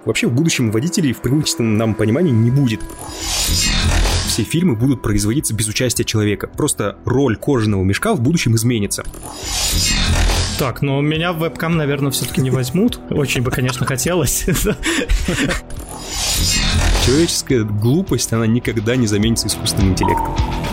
Вообще в будущем водителей в привычном нам понимании не будет. Все фильмы будут производиться без участия человека. Просто роль кожаного мешка в будущем изменится. Так, но меня в вебкам, наверное, все-таки не возьмут. Очень бы, конечно, хотелось. Человеческая глупость, она никогда не заменится искусственным интеллектом.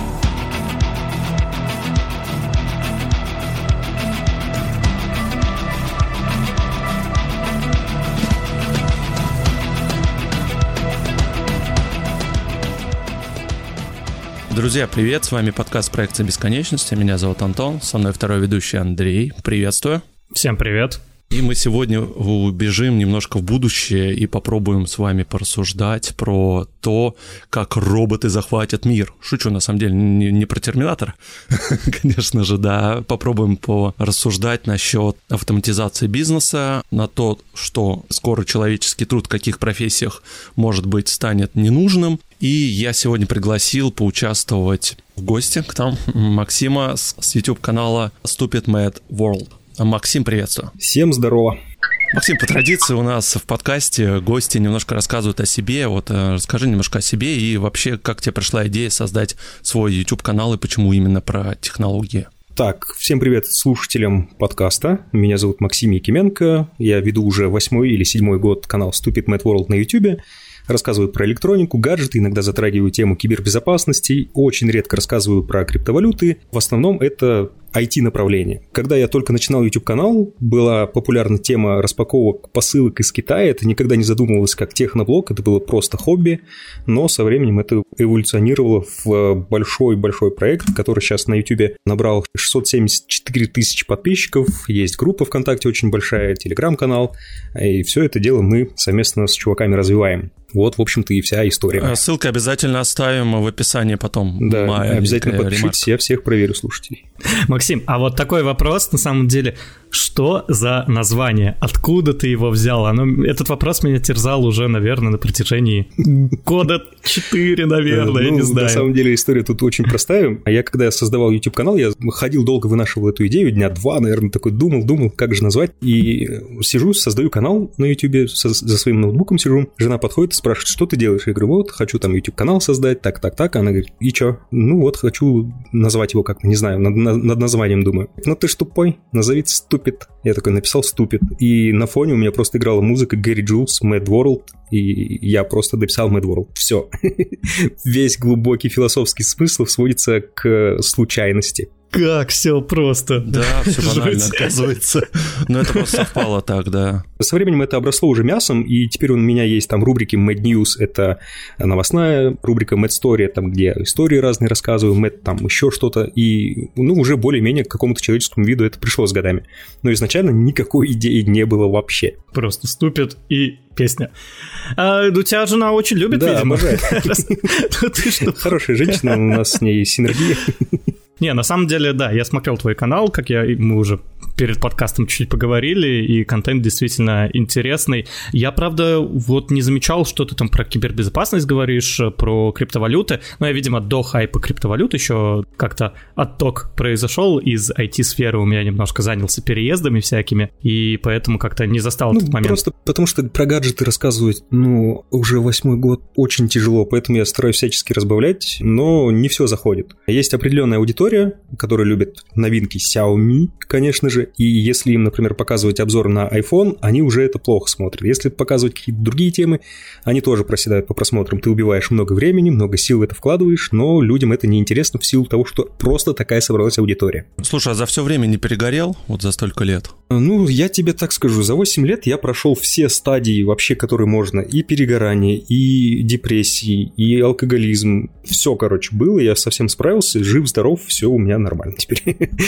Друзья, привет, с вами подкаст «Проекция бесконечности», меня зовут Антон, со мной второй ведущий Андрей, приветствую. Всем привет. И мы сегодня убежим немножко в будущее и попробуем с вами порассуждать про то, как роботы захватят мир. Шучу, на самом деле, не про Терминатор, конечно же, да. Попробуем порассуждать насчет автоматизации бизнеса, на то, что скоро человеческий труд в каких профессиях, может быть, станет ненужным. И я сегодня пригласил поучаствовать в гости к нам Максима с YouTube-канала Stupid Mad World. Максим, приветствую. Всем здорово. Максим, по традиции у нас в подкасте гости немножко рассказывают о себе. Вот расскажи немножко о себе и вообще, как тебе пришла идея создать свой YouTube-канал и почему именно про технологии? Так, всем привет слушателям подкаста. Меня зовут Максим Якименко. Я веду уже 8-й или 7-й год канал Stupid Mad World на YouTube. Рассказываю про электронику, гаджеты, иногда затрагиваю тему кибербезопасности, очень редко рассказываю про криптовалюты. В основном это IT-направление. Когда я только начинал YouTube-канал, была популярна тема распаковок посылок из Китая. Это никогда не задумывалось как техноблог, это было просто хобби, но со временем это эволюционировало в большой-большой проект, который сейчас на YouTube набрал 674 тысячи подписчиков, есть группа ВКонтакте очень большая, Телеграм-канал, и все это дело мы совместно с чуваками развиваем. Вот, в общем-то, и вся история. Ссылки обязательно оставим в описании потом. Да, обязательно подпишитесь, я всех проверю слушателей. Максим, а вот такой вопрос, на самом деле, что за название? Откуда ты его взял? Этот вопрос меня терзал уже, наверное, на протяжении года 4, наверное, я не знаю. На самом деле история тут очень простая. Я когда создавал YouTube-канал, я ходил долго, вынашивал эту идею, дня 2, наверное, такой думал, как же назвать. И сижу, создаю канал на YouTube, за своим ноутбуком сижу, жена подходит и спрашивает, что ты делаешь? Я говорю, вот, хочу там YouTube-канал создать, так. Она говорит, и чё? Ну вот, хочу назвать его как-то, не знаю, над названием думаю. Ну ты ж тупой, назови Stupid. Я такой написал Stupid. И на фоне у меня просто играла музыка Gary Jules, Mad World, и я просто дописал Mad World. Все. Весь глубокий философский смысл сводится к случайности. Как все просто. Да, все банально, оказывается. Но это просто совпало так, да. Со временем это обросло уже мясом, и теперь у меня есть там рубрики Mad News, это новостная рубрика, Mad Story, там, где истории разные рассказываю, Mad там еще что-то, и уже более-менее к какому-то человеческому виду это пришло с годами. Но изначально никакой идеи не было вообще. Просто ступит и песня. А у тебя жена очень любит, да, видимо. Да, обожает. Хорошая женщина, у нас с ней синергия. Не, на самом деле, да, я смотрел твой канал, мы уже перед подкастом чуть-чуть поговорили, и контент действительно интересный. Я, правда, вот не замечал, что ты там про кибербезопасность говоришь, про криптовалюты, но я, видимо, до хайпа криптовалют еще как-то отток произошел из IT-сферы, у меня немножко занялся переездами всякими, и поэтому как-то не застал этот момент. Просто потому что про гаджеты рассказывать, уже 8-й год очень тяжело, поэтому я стараюсь всячески разбавлять, но не все заходит. Есть определенная аудитория, которые любят новинки Xiaomi, конечно же, и если им, например, показывать обзор на iPhone, они уже это плохо смотрят. Если показывать какие-то другие темы, они тоже проседают по просмотрам. Ты убиваешь много времени, много сил в это вкладываешь, но людям это неинтересно в силу того, что просто такая собралась аудитория. Слушай, а за все время не перегорел вот за столько лет? Я тебе так скажу, за 8 лет я прошел все стадии вообще, которые можно, и перегорание, и депрессии, и алкоголизм, все, было, я совсем справился, жив-здоров, все у меня нормально теперь.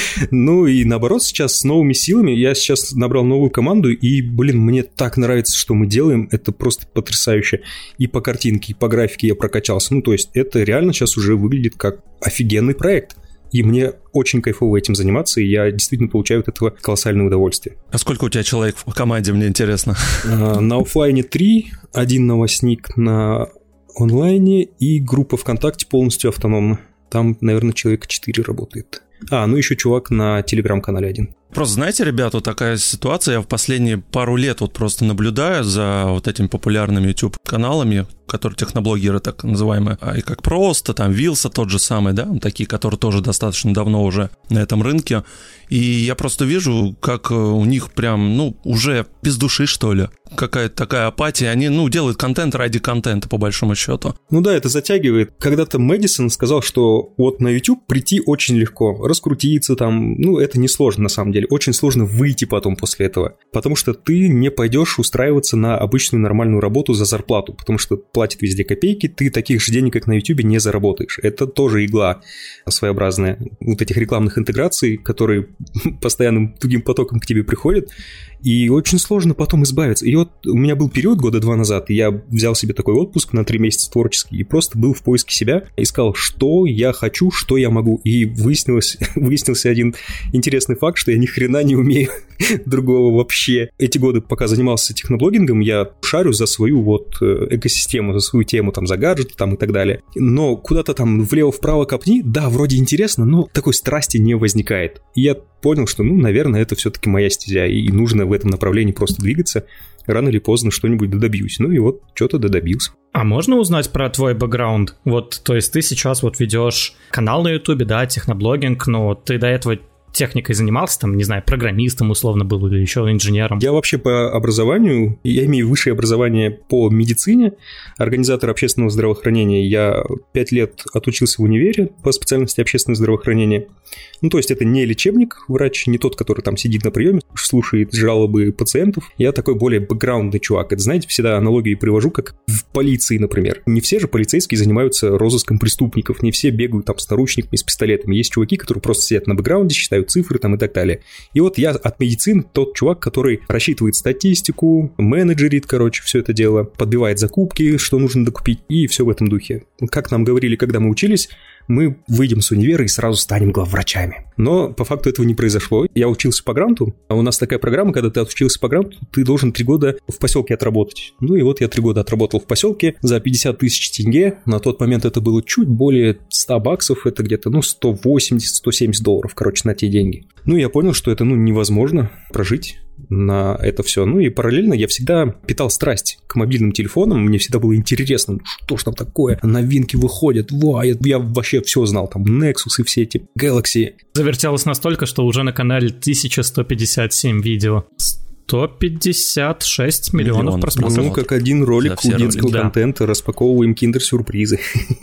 И наоборот, сейчас с новыми силами, я сейчас набрал новую команду, и, мне так нравится, что мы делаем, это просто потрясающе. И по картинке, и по графике я прокачался, то есть это реально сейчас уже выглядит как офигенный проект. И мне очень кайфово этим заниматься, и я действительно получаю от этого колоссальное удовольствие. А сколько у тебя человек в команде, мне интересно? На офлайне 3, 1 новостник на онлайне, и группа ВКонтакте полностью автономна. Там, наверное, человек 4 работает. Еще чувак на Телеграм-канале 1. Просто, знаете, ребята, вот такая ситуация, я в последние пару лет вот просто наблюдаю за вот этими популярными YouTube-каналами, которые техноблогеры так называемые, и как просто, там, Вилса тот же самый, да, такие, которые тоже достаточно давно уже на этом рынке, и я просто вижу, как у них прям, уже без души, что ли, какая-то такая апатия, они, делают контент ради контента, по большому счету. Да, это затягивает. Когда-то Мэдисон сказал, что вот на YouTube прийти очень легко, раскрутиться там, это несложно на самом деле, очень сложно выйти потом после этого, потому что ты не пойдешь устраиваться на обычную нормальную работу за зарплату, потому что платят везде копейки, ты таких же денег, как на YouTube, не заработаешь. Это тоже игла своеобразная. Вот этих рекламных интеграций, которые постоянным тугим потоком к тебе приходят, и очень сложно потом избавиться. И вот у меня был период 2 года назад, и я взял себе такой отпуск на 3 месяца творческий, и просто был в поиске себя, искал, что я хочу, что я могу. И выяснился один интересный факт, что я ни хрена не умею другого вообще. Эти годы, пока занимался техноблогингом, я шарю за свою вот экосистему, за свою тему, там, за гаджеты там и так далее. Но куда-то там влево-вправо копни, да, вроде интересно, но такой страсти не возникает. И я понял, что, наверное, это все-таки моя стезя, и нужно в этом направлении просто двигаться. Рано или поздно что-нибудь добьюсь. И вот что-то добился. А можно узнать про твой бэкграунд? Вот, то есть ты сейчас вот ведешь канал на Ютубе, да, техноблогинг, но ты до этого техникой занимался, там, не знаю, программистом условно был или еще инженером? Я вообще по образованию, я имею высшее образование по медицине, организатор общественного здравоохранения. Я 5 лет отучился в универе по специальности общественное здравоохранение. То есть это не лечебник, врач, не тот, который там сидит на приеме, слушает жалобы пациентов. Я такой более бэкграундный чувак. Это, знаете, всегда аналогии привожу, как в полиции, например. Не все же полицейские занимаются розыском преступников, не все бегают там с наручниками, с пистолетами. Есть чуваки, которые просто сидят на бэкграунде, считают цифры там и так далее. И вот я от медицины тот чувак, который рассчитывает статистику, менеджерит, все это дело, подбивает закупки, что нужно докупить, и все в этом духе. Как нам говорили, когда мы учились, мы выйдем с универа и сразу станем главврачами. Но по факту этого не произошло. Я учился по гранту, а у нас такая программа, когда ты отучился по гранту, ты должен 3 года в поселке отработать. И вот я 3 года отработал в поселке за 50 тысяч тенге. На тот момент это было чуть более 100 баксов, это где-то, 180-170 долларов, на те деньги. Я понял, что это, невозможно прожить на это все. И параллельно я всегда питал страсть к мобильным телефонам. Мне всегда было интересно, что ж там такое, новинки выходят. Я вообще все знал, там Nexus и все эти Galaxy. Завертелось настолько, что уже на канале 1157 видео. 156 миллионов просмотров. Как один ролик у детского контента, распаковываем киндер-сюрпризы.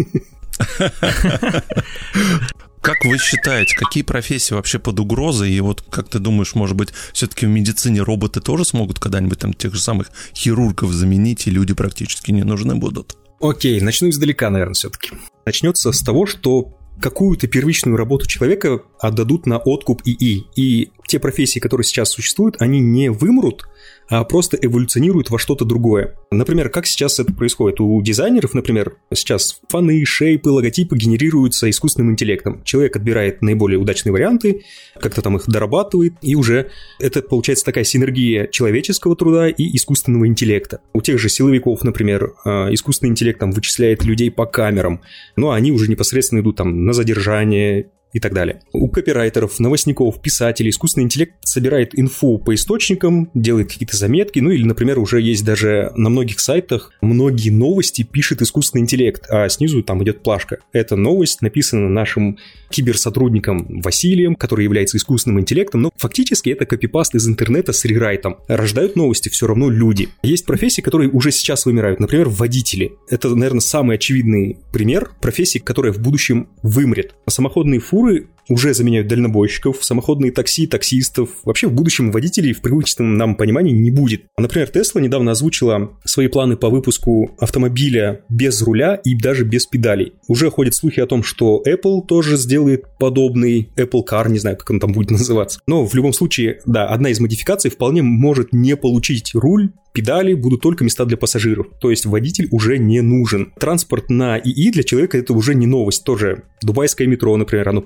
Как вы считаете, какие профессии вообще под угрозой? И вот как ты думаешь, может быть, все-таки в медицине роботы тоже смогут когда-нибудь там тех же самых хирургов заменить, и люди практически не нужны будут? Окей, начну издалека, наверное, все-таки. Начнется с того, что какую-то первичную работу человека отдадут на откуп ИИ. И те профессии, которые сейчас существуют, они не вымрут, а просто эволюционируют во что-то другое. Например, как сейчас это происходит? У дизайнеров, например, сейчас фоны, шейпы, логотипы генерируются искусственным интеллектом. Человек отбирает наиболее удачные варианты, как-то там их дорабатывает, и уже это получается такая синергия человеческого труда и искусственного интеллекта. У тех же силовиков, например, искусственный интеллект там вычисляет людей по камерам, но они уже непосредственно идут там на задержание и так далее. У копирайтеров, новостников, писателей искусственный интеллект собирает инфу по источникам, делает какие-то заметки, или, например, уже есть даже на многих сайтах многие новости пишет искусственный интеллект, а снизу там идет плашка. Эта новость написана нашим киберсотрудником Василием, который является искусственным интеллектом, но фактически это копипаст из интернета с рерайтом. Рождают новости все равно люди. Есть профессии, которые уже сейчас вымирают, например, водители. Это, наверное, самый очевидный пример профессии, которая в будущем вымрет. Самоходные фуры уже заменяют дальнобойщиков, самоходные такси, таксистов. Вообще в будущем водителей в привычном нам понимании не будет. Например, Tesla недавно озвучила свои планы по выпуску автомобиля без руля и даже без педалей. Уже ходят слухи о том, что Apple тоже сделает подобный Apple Car, не знаю, как он там будет называться. Но в любом случае, да, одна из модификаций вполне может не получить руль, педали, будут только места для пассажиров. То есть водитель уже не нужен. Транспорт на ИИ для человека это уже не новость. Тоже дубайское метро, например, оно полностью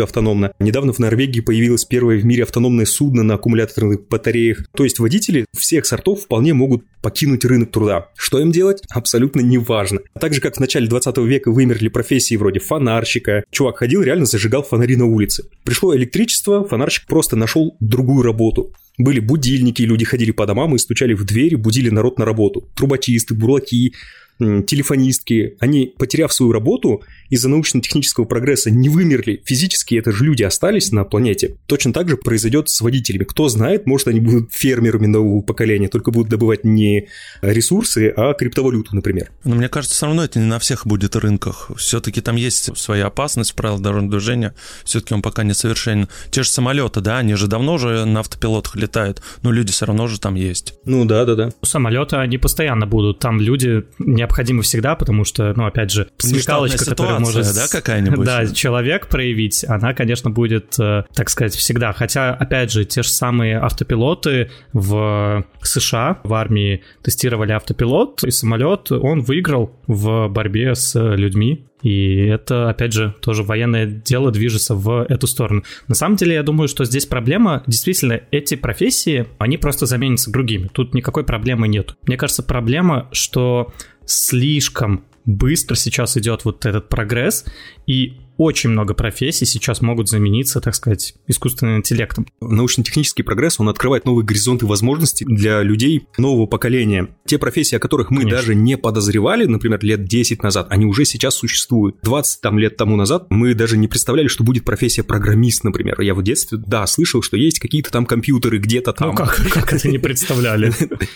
автономно. Недавно в Норвегии появилось первое в мире автономное судно на аккумуляторных батареях. То есть водители всех сортов вполне могут покинуть рынок труда. Что им делать? Абсолютно неважно. А так же, как в начале 20 века вымерли профессии вроде фонарщика. Чувак ходил, реально зажигал фонари на улице. Пришло электричество, фонарщик просто нашел другую работу. Были будильники, люди ходили по домам и стучали в двери, будили народ на работу. Трубочисты, бурлаки, телефонистки. Они, потеряв свою работу, из-за научно-технического прогресса не вымерли. Физически это же люди остались на планете. Точно так же произойдет с водителями. Кто знает, может, они будут фермерами нового поколения, только будут добывать не ресурсы, а криптовалюту, например. Но мне кажется, все равно это не на всех будет рынках. Все-таки там есть своя опасность в правилах дорожного движения. Все-таки он пока несовершенен. Те же самолеты, да, они же давно уже на автопилотах летают, но люди все равно же там есть. Ну да. Самолеты, они постоянно будут. Там люди необходимы всегда, потому что, ну, опять же, смекалочка, которая может, да, какая-нибудь? Да, человек проявить, она, конечно, будет, так сказать, всегда. Хотя, опять же, те же самые автопилоты в США, в армии тестировали автопилот, и самолет, он выиграл в борьбе с людьми. И это, опять же, тоже военное дело движется в эту сторону. На самом деле, я думаю, что здесь проблема, действительно, эти профессии, они просто заменятся другими. Тут никакой проблемы нет. Мне кажется, проблема, что слишком быстро сейчас идет вот этот прогресс, и очень много профессий сейчас могут замениться, так сказать, искусственным интеллектом. Научно-технический прогресс, он открывает новые горизонты возможностей для людей нового поколения. Те профессии, о которых мы даже не подозревали, например, лет 10 назад, они уже сейчас существуют. 20 лет тому назад мы даже не представляли, что будет профессия программист, например. Я в детстве, да, слышал, что есть какие-то там компьютеры где-то там. Ну как это не представляли?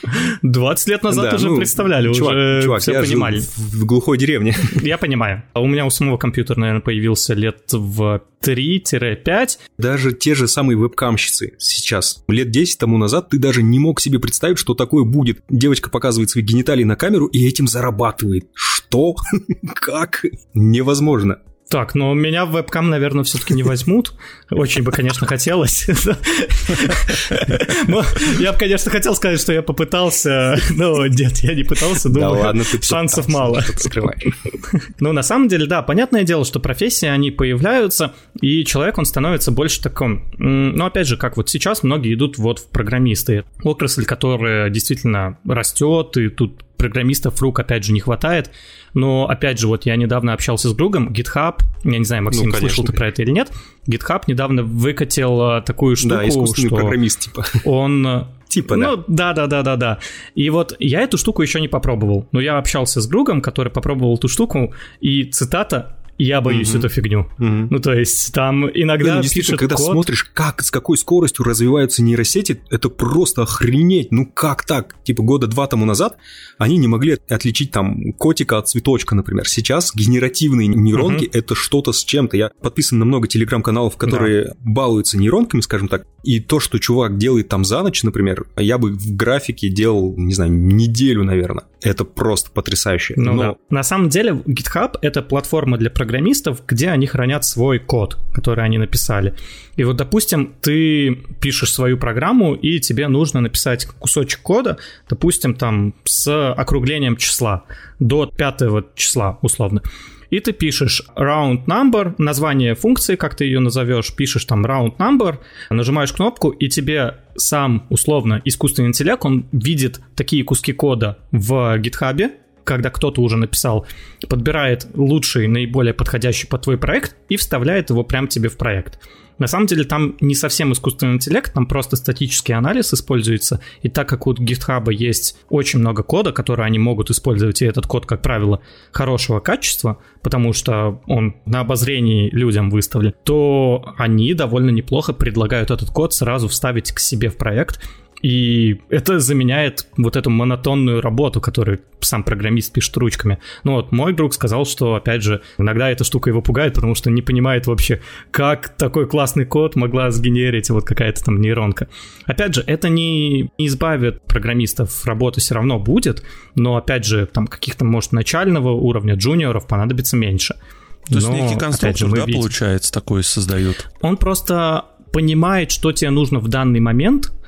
20 лет назад уже представляли, уже все понимали. В глухой деревне. Я понимаю. А у меня у самого компьютер, наверное, появился лет в 3-5. Даже те же самые вебкамщицы сейчас. Лет 10 тому назад ты даже не мог себе представить, что такое будет. Девочка показывает свои гениталии на камеру и этим зарабатывает. Что? Как? Невозможно. Так, но меня в вебкам, наверное, все-таки не возьмут. Очень бы, конечно, хотелось. Я бы, конечно, хотел сказать, что я попытался, но нет, я не пытался. Да ладно, ты шансов мало. Ну, на самом деле, да, понятное дело, что профессии, они появляются, и человек, он становится больше таким. Но, опять же, как вот сейчас многие идут вот в программисты. Отрасль, которая действительно растет, и тут программистов рук, опять же, не хватает. Но, опять же, вот я недавно общался с другом, GitHub, я не знаю, Максим, слышал ты про это или нет, GitHub недавно выкатил такую штуку, да, искусственный что программист, типа. Он... Типа, ну, да. И вот я эту штуку еще не попробовал, но я общался с другом, который попробовал эту штуку, и цитата: «Я боюсь эту фигню». Ну, то есть там иногда пишет когда код... смотришь, как, с какой скоростью развиваются нейросети, это просто охренеть. Ну, как так? Типа года 2 тому назад они не могли отличить там котика от цветочка, например. Сейчас генеративные нейронки — это что-то с чем-то. Я подписан на много телеграм-каналов, которые балуются нейронками, скажем так. И то, что чувак делает там за ночь, например, я бы в графике делал, не знаю, неделю, наверное. Это просто потрясающе. Да. На самом деле GitHub — это платформа для программистов, где они хранят свой код, который они написали. И вот, допустим, ты пишешь свою программу, и тебе нужно написать кусочек кода, допустим, там с округлением числа до 5-го числа, условно. И ты пишешь round number, название функции, как ты ее назовешь, пишешь там round number, нажимаешь кнопку, и тебе сам, условно, искусственный интеллект, он видит такие куски кода в GitHub, когда кто-то уже написал, подбирает лучший, наиболее подходящий под твой проект и вставляет его прямо тебе в проект. На самом деле там не совсем искусственный интеллект, там просто статический анализ используется, и так как у GitHub есть очень много кода, который они могут использовать, и этот код, как правило, хорошего качества, потому что он на обозрении людям выставлен, то они довольно неплохо предлагают этот код сразу вставить к себе в проект. И это заменяет вот эту монотонную работу, которую сам программист пишет ручками. Ну вот, мой друг сказал, что, опять же, иногда эта штука его пугает, потому что не понимает вообще, как такой классный код могла сгенерить вот какая-то там нейронка. Опять же, это не избавит программистов, работы все равно будет, но, опять же, там каких-то, может, начального уровня джуниоров понадобится меньше. То есть некий конструктор, да, получается, такой создают? Он просто понимает, что тебе нужно в данный момент,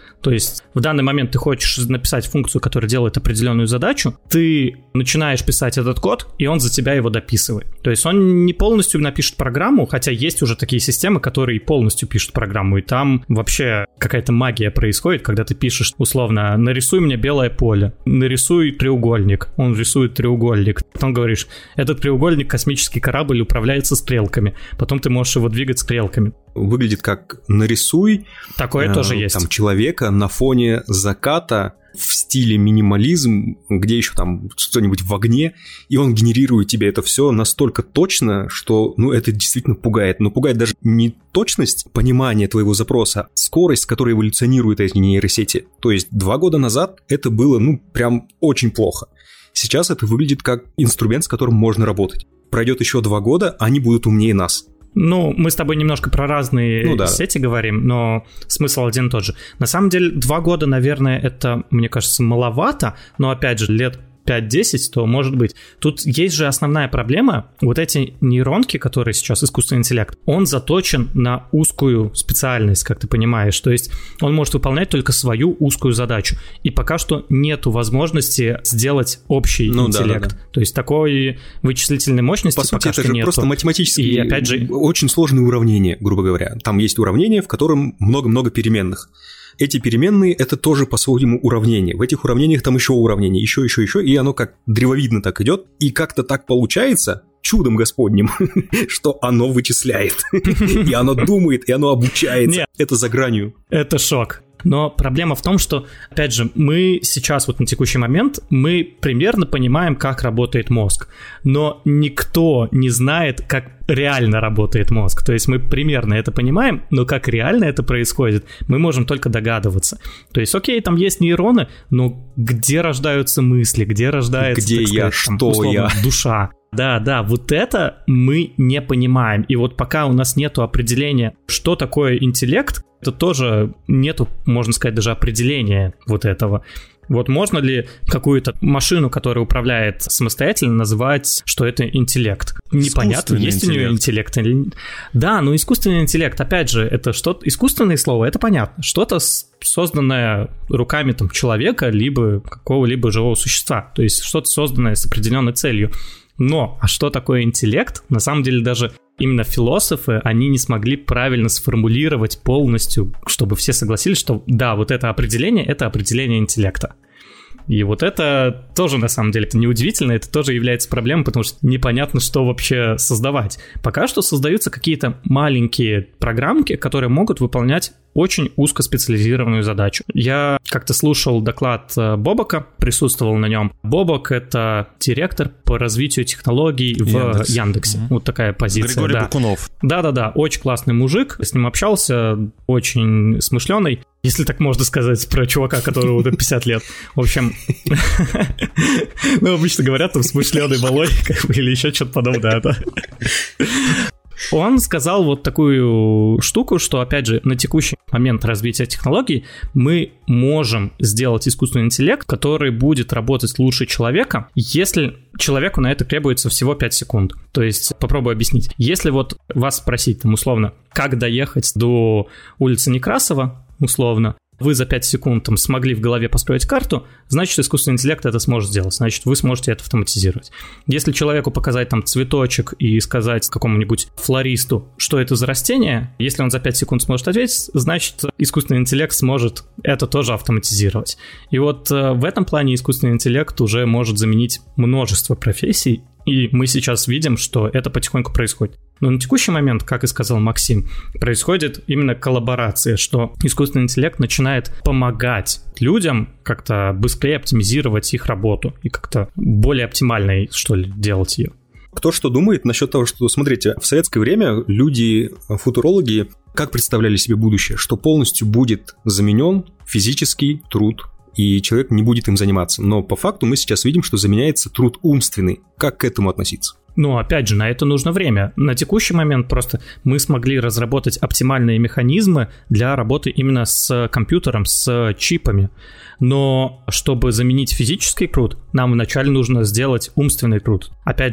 То есть в данный момент ты хочешь написать функцию, которая делает определенную задачу, ты начинаешь писать этот код, и он за тебя его дописывает. То есть он не полностью напишет программу, хотя есть уже такие системы, которые полностью пишут программу, и там вообще какая-то магия происходит, когда ты пишешь условно «нарисуй мне белое поле», «нарисуй треугольник», он рисует треугольник, потом говоришь «этот треугольник космический корабль управляется стрелками», потом ты можешь его двигать стрелками. Выглядит как «нарисуй» такое тоже есть. Там человека на фоне заката в стиле минимализм, где еще там что-нибудь в огне, и он генерирует тебе это все настолько точно, что, это действительно пугает. Но пугает даже не точность понимания твоего запроса, а скорость, с которой эволюционируют эти нейросети. То есть 2 года назад это было, прям очень плохо. Сейчас это выглядит как инструмент, с которым можно работать. Пройдет еще 2 года, они будут умнее нас. Мы с тобой немножко про разные сети говорим, но смысл один и тот же. На самом деле 2 года, наверное, это, мне кажется, маловато, но опять же, лет 5-10, то может быть. Тут есть же основная проблема. Вот эти нейронки, которые сейчас искусственный интеллект, он заточен на узкую специальность, как ты понимаешь. То есть он может выполнять только свою узкую задачу. И пока что нету возможности сделать общий интеллект. Да. То есть такой вычислительной мощности по сути, пока это что же нету. Просто математически и опять же очень сложные уравнения, грубо говоря. Там есть уравнение, в котором много-много переменных. Эти переменные – это тоже по-своему уравнение. В этих уравнениях там еще уравнение, еще, и оно как древовидно так идет. И как-то так получается, чудом господним, что оно вычисляет. И оно думает, и оно обучается. Нет. Это за гранью. Это шок. Но проблема в том, что, опять же, мы сейчас вот на текущий момент, мы примерно понимаем, как работает мозг, но никто не знает, как реально работает мозг. То есть мы примерно это понимаем, но как реально это происходит, мы можем только догадываться. То есть, окей, там есть нейроны, но где рождаются мысли, где рождается, где я, условно, душа? Да, вот это мы не понимаем. И вот пока у нас нету определения, что такое интеллект, это тоже нету, можно сказать, даже определения вот этого. Вот можно ли какую-то машину, которая управляет самостоятельно, назвать, что это интеллект? Непонятно, есть у нее интеллект или нет. Да, но искусственный интеллект, опять же, это что-то, искусственное слово, это понятно, что-то созданное руками там человека, либо какого-либо живого существа, то есть что-то созданное с определенной целью. Но, а что такое интеллект? На самом деле даже именно философы, они не смогли правильно сформулировать полностью, чтобы все согласились, что да, вот это определение интеллекта. И вот это тоже, на самом деле, это неудивительно, это тоже является проблемой, потому что непонятно, что вообще создавать. Пока что создаются какие-то маленькие программки, которые могут выполнять очень узкоспециализированную задачу. Я как-то слушал доклад Бобока, присутствовал на нем. Бобок — это директор по развитию технологий в Яндексе. Вот такая позиция. Григорий Бакунов. Да, очень классный мужик, с ним общался, очень смышленый. Если так можно сказать про чувака, которому 50 лет. В общем, обычно говорят, там, смышленый малой, или еще что-то подобное. Он сказал вот такую штуку, что, опять же, на текущий момент развития технологий мы можем сделать искусственный интеллект, который будет работать лучше человека, если человеку на это требуется всего 5 секунд. То есть, попробую объяснить. Если вот вас спросить, там, условно, как доехать до улицы Некрасова, условно, вы за 5 секунд там смогли в голове построить карту, значит, искусственный интеллект это сможет сделать, значит, вы сможете это автоматизировать. Если человеку показать там цветочек и сказать какому-нибудь флористу, что это за растение, если он за 5 секунд сможет ответить, значит, искусственный интеллект сможет это тоже автоматизировать. И вот в этом плане искусственный интеллект уже может заменить множество профессий, и мы сейчас видим, что это потихоньку происходит. Но на текущий момент, как и сказал Максим, происходит именно коллаборация, что искусственный интеллект начинает помогать людям как-то быстрее оптимизировать их работу и как-то более оптимально, что ли, делать ее. Кто что думает насчет того, что, смотрите, в советское время люди-футурологи как представляли себе будущее, что полностью будет заменен физический труд, и человек не будет им заниматься. Но по факту мы сейчас видим, что заменяется труд умственный. Как к этому относиться? Ну, опять же, на это нужно время. На текущий момент просто мы смогли разработать оптимальные механизмы для работы именно с компьютером, с чипами. Но чтобы заменить физический труд, нам вначале нужно сделать умственный труд. Опять же,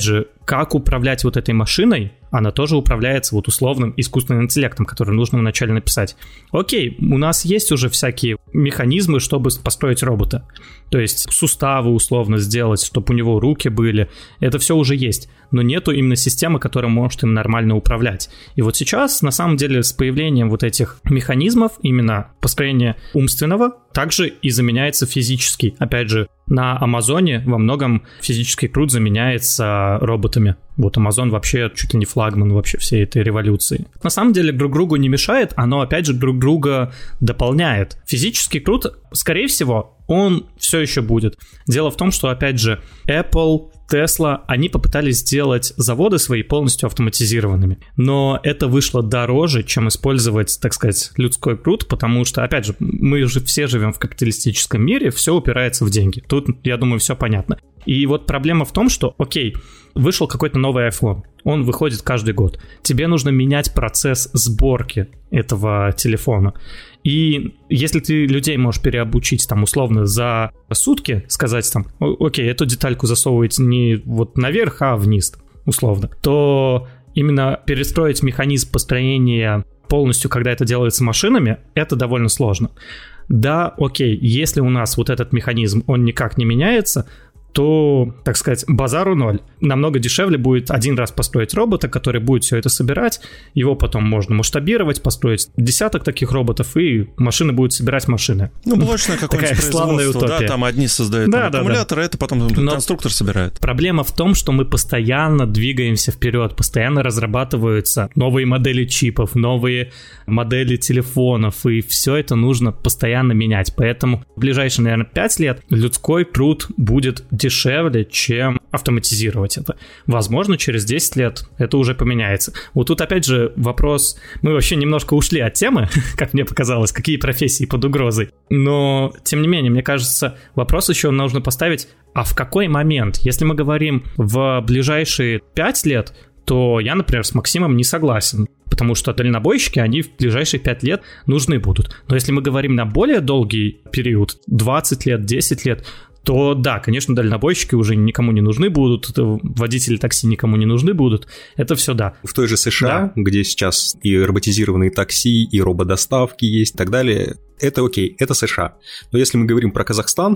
как управлять вот этой машиной, она тоже управляется вот условным искусственным интеллектом, который нужно вначале написать. Окей, у нас есть уже всякие механизмы, чтобы построить робота. То есть суставы условно сделать, чтобы у него руки были. Это все уже есть. Но нету именно системы, которая может им нормально управлять. И вот сейчас, на самом деле, с появлением вот этих механизмов, именно построение умственного, также и заменяется физический. Опять же, на Амазоне во многом физический труд заменяется роботами. Вот Amazon вообще чуть ли не флагман вообще всей этой революции. На самом деле друг другу не мешает, оно опять же друг друга дополняет. Физический труд, скорее всего, он все еще будет. Дело в том, что опять же Apple, Tesla, они попытались сделать заводы свои полностью автоматизированными. Но это вышло дороже, чем использовать, так сказать, людской труд, потому что, опять же, мы же все живем в капиталистическом мире, все упирается в деньги. Тут, я думаю, все понятно. И вот проблема в том, что, окей, вышел какой-то новый iPhone, он выходит каждый год. Тебе нужно менять процесс сборки этого телефона. И если ты людей можешь переобучить там условно за сутки, сказать там, окей, эту детальку засовывать не вот наверх, а вниз, условно, то именно перестроить механизм построения полностью, когда это делается машинами, это довольно сложно. Да, окей, если у нас вот этот механизм, он никак не меняется, то, так сказать, базару ноль. Намного дешевле будет один раз построить робота, который будет все это собирать, его потом можно масштабировать, построить десяток таких роботов, и машины будут собирать машины. Ну, блочное какое-нибудь производство, да, там одни создают аккумуляторы, это потом конструктор собирает. Проблема в том, что мы постоянно двигаемся вперед, постоянно разрабатываются новые модели чипов, новые модели телефонов, и все это нужно постоянно менять. Поэтому в ближайшие, наверное, 5 лет людской труд будет дешевле, чем автоматизировать это. Возможно, через 10 лет это уже поменяется. Вот тут опять же вопрос, мы вообще немножко ушли от темы, как мне показалось, какие профессии под угрозой. Но, тем не менее, мне кажется, вопрос еще нужно поставить, а в какой момент? Если мы говорим в ближайшие 5 лет, то я, например, с Максимом не согласен, потому что дальнобойщики, они в ближайшие 5 лет нужны будут. Но если мы говорим на более долгий период, 20 лет, 10 лет, то да, конечно, дальнобойщики уже никому не нужны будут, водители такси никому не нужны будут, это все да. В той же США, да, где сейчас и роботизированные такси, и рободоставки есть и так далее, это окей, это США. Но если мы говорим про Казахстан,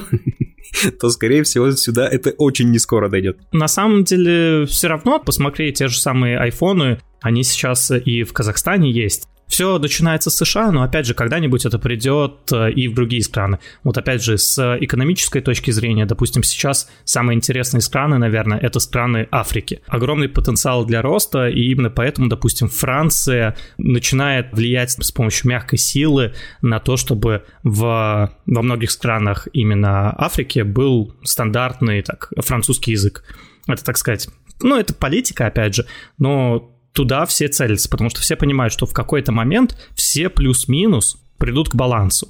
то, скорее всего, сюда это очень не скоро дойдет. На самом деле, все равно, посмотри, те же самые айфоны, они сейчас и в Казахстане есть. Все начинается с США, но, опять же, когда-нибудь это придет и в другие страны. Вот, опять же, с экономической точки зрения, допустим, сейчас самые интересные страны, наверное, это страны Африки. Огромный потенциал для роста, и именно поэтому, допустим, Франция начинает влиять с помощью мягкой силы на то, чтобы во многих странах именно Африки был стандартный французский язык. Это, так сказать, это политика, опять же, но туда все целятся, потому что все понимают, что в какой-то момент все плюс-минус придут к балансу.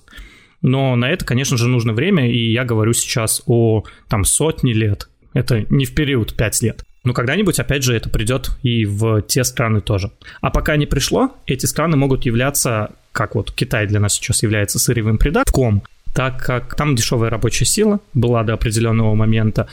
Но на это, конечно же, нужно время, и я говорю сейчас о сотне лет. Это не в период 5 лет. Но когда-нибудь, опять же, это придет и в те страны тоже. А пока не пришло, эти страны могут являться, как вот Китай для нас сейчас является сырьевым придатком, так как там дешевая рабочая сила была до определенного момента,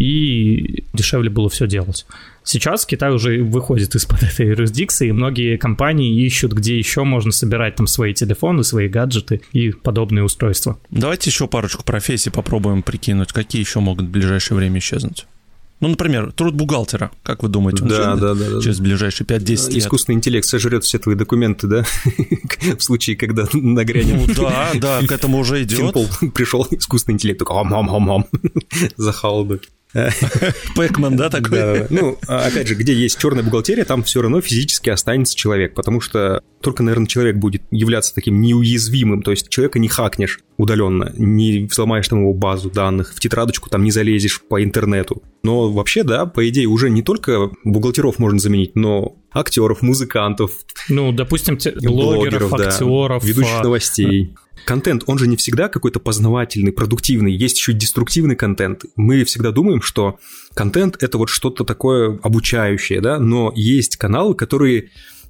и дешевле было все делать. Сейчас Китай уже выходит из-под этой юрисдикции, и многие компании ищут, где еще можно собирать свои телефоны, свои гаджеты и подобные устройства. Давайте еще парочку профессий попробуем прикинуть, какие еще могут в ближайшее время исчезнуть. Например, труд бухгалтера, как вы думаете, он через ближайшие 5-10 лет? Искусственный интеллект сожрет все твои документы, да? В случае, когда нагрянет. Да, к этому уже идет. Симпл пришел, искусственный интеллект, такой ам-ам-ам-ам, захавал бы. Пэкман, да, такой? Да. Опять же, где есть черная бухгалтерия, там все равно физически останется человек, потому что только, наверное, человек будет являться таким неуязвимым, то есть человека не хакнешь удаленно, не взломаешь его базу данных, в тетрадочку не залезешь по интернету. Но вообще, да, по идее, уже не только бухгалтеров можно заменить, но актеров, музыкантов. Допустим, блогеров, актеров, ведущих новостей. Контент, он же не всегда какой-то познавательный, продуктивный, есть еще и деструктивный контент. Мы всегда думаем, что контент – это вот что-то такое обучающее, да, но есть каналы, которые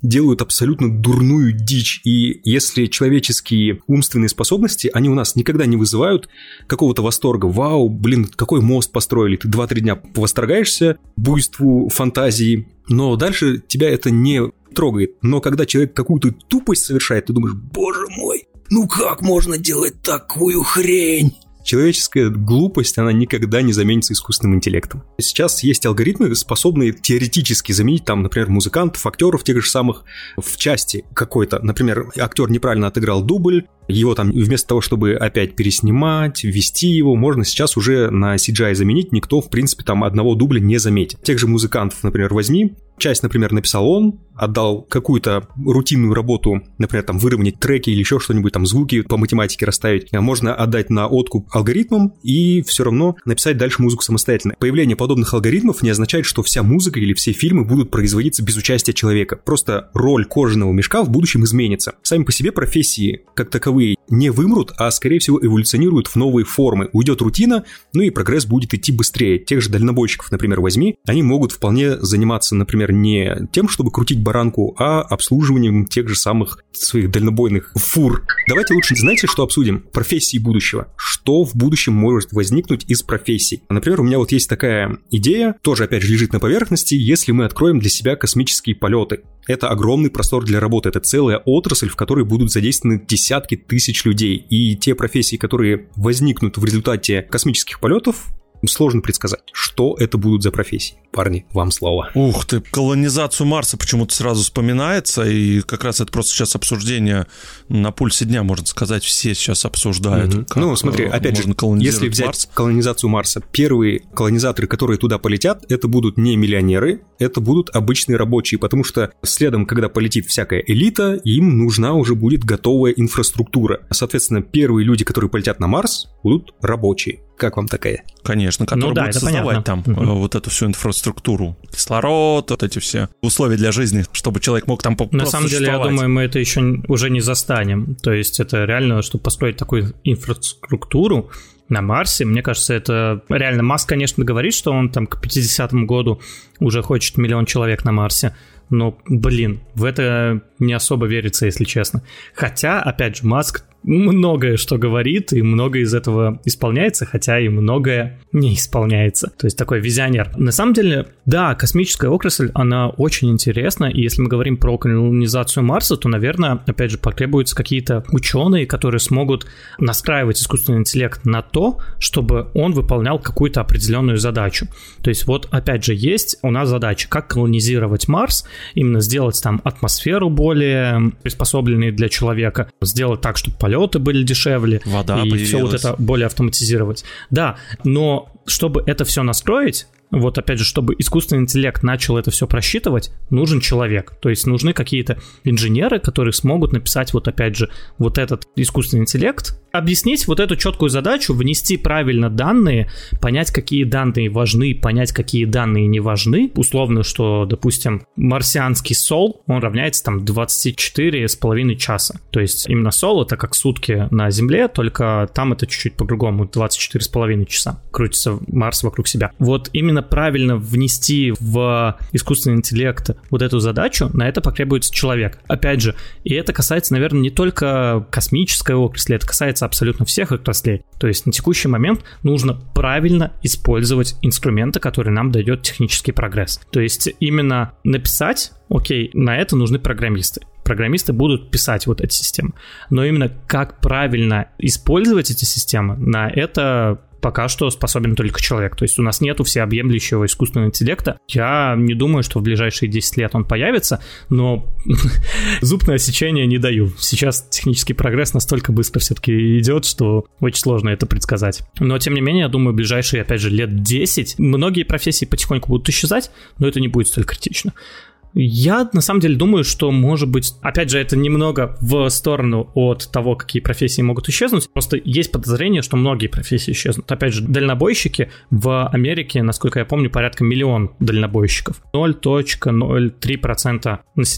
делают абсолютно дурную дичь. И если человеческие умственные способности, они у нас никогда не вызывают какого-то восторга. Вау, блин, какой мост построили. Ты 2-3 дня восторгаешься буйству фантазии, но дальше тебя это не трогает. Но когда человек какую-то тупость совершает, ты думаешь, боже мой, ну как можно делать такую хрень? Человеческая глупость, она никогда не заменится искусственным интеллектом. Сейчас есть алгоритмы, способные теоретически заменить, там, например, музыкантов, актеров тех же самых в части какой-то. Например, актер неправильно отыграл дубль, его там вместо того, чтобы опять переснимать, ввести его, можно сейчас уже на CGI заменить, никто, в принципе, там одного дубля не заметит. Тех же музыкантов, например, возьми, часть, например, написал он, отдал какую-то рутинную работу, например, там выровнять треки или еще что-нибудь, там звуки по математике расставить, можно отдать на откуп алгоритмам и все равно написать дальше музыку самостоятельно. Появление подобных алгоритмов не означает, что вся музыка или все фильмы будут производиться без участия человека. Просто роль кожаного мешка в будущем изменится. Сами по себе профессии, как таковые, не вымрут, а, скорее всего, эволюционируют в новые формы. Уйдет рутина, ну и прогресс будет идти быстрее. Тех же дальнобойщиков, например, возьми, они могут вполне заниматься, например, не тем, чтобы крутить баранку, а обслуживанием тех же самых своих дальнобойных фур. Давайте лучше, знаете, что обсудим? Профессии будущего. Что в будущем может возникнуть из профессий? Например, у меня вот есть такая идея, тоже, опять же, лежит на поверхности, если мы откроем для себя космические полеты. Это огромный простор для работы, это целая отрасль, в которой будут задействованы десятки тысяч людей. И те профессии, которые возникнут в результате космических полетов, сложно предсказать, что это будут за профессии. Парни, вам слово. Ух ты, колонизацию Марса почему-то сразу вспоминается, и как раз это просто сейчас обсуждение на пульсе дня, можно сказать, все сейчас обсуждают. Ну, смотри, опять же, если взять Марс. Колонизацию Марса, первые колонизаторы, которые туда полетят, это будут не миллионеры, это будут обычные рабочие, потому что следом, когда полетит всякая элита, им нужна уже будет готовая инфраструктура. Соответственно, первые люди, которые полетят на Марс, будут рабочие. Как вам такая? Конечно, которые будут создавать там вот эту всю инфраструктуру. Кислород, вот эти все условия для жизни, чтобы человек мог там просто существовать. На самом деле, я думаю, мы это еще уже не застанем. То есть это реально, чтобы построить такую инфраструктуру на Марсе, мне кажется, это реально. Маск, конечно, говорит, что он там к 50-му году уже хочет 1 миллион человек на Марсе. Но, блин, в это не особо верится, если честно. Хотя, опять же, Маск многое что говорит, и многое из этого исполняется, хотя и многое не исполняется. То есть такой визионер. На самом деле, да, космическая отрасль, она очень интересна, и если мы говорим про колонизацию Марса, то, наверное, опять же, потребуются какие-то ученые, которые смогут настраивать искусственный интеллект на то, чтобы он выполнял какую-то определенную задачу. То есть вот, опять же, есть у нас задача, как колонизировать Марс, именно сделать там атмосферу более приспособленной для человека, сделать так, чтобы полеты были дешевле, вода и появилась. Все вот это более автоматизировать. Да, но чтобы это все настроить, вот опять же, чтобы искусственный интеллект начал это все просчитывать, нужен человек. То есть нужны какие-то инженеры, которые смогут написать вот опять же вот этот искусственный интеллект, объяснить вот эту четкую задачу, внести правильно данные, понять, какие данные важны, понять, какие данные не важны. Условно, что, допустим, марсианский сол, он равняется там 24,5 часа. То есть именно сол — это как сутки на Земле, только там это чуть-чуть по-другому, 24,5 часа крутится Марс вокруг себя. Вот именно правильно внести в искусственный интеллект вот эту задачу, на это потребуется человек. Опять же, и это касается, наверное, не только космической отрасли, это касается абсолютно всех отраслей. То есть на текущий момент нужно правильно использовать инструменты, которые нам дает технический прогресс. То есть именно написать, окей, на это нужны программисты. Программисты будут писать вот эти системы. Но именно как правильно использовать эти системы, на это пока что способен только человек. То есть у нас нету всеобъемлющего искусственного интеллекта. Я не думаю, что в ближайшие 10 лет он появится, но зуб на отсечение не даю. Сейчас технический прогресс настолько быстро все-таки идет, что очень сложно это предсказать. Но, тем не менее, я думаю, в ближайшие, опять же, лет 10 многие профессии потихоньку будут исчезать, но это не будет столь критично. Я, на самом деле, думаю, что, может быть, опять же, это немного в сторону от того, какие профессии могут исчезнуть. Просто есть подозрение, что многие профессии исчезнут. Опять же, дальнобойщики в Америке, насколько я помню, порядка 1 миллион дальнобойщиков. 0,03% населения.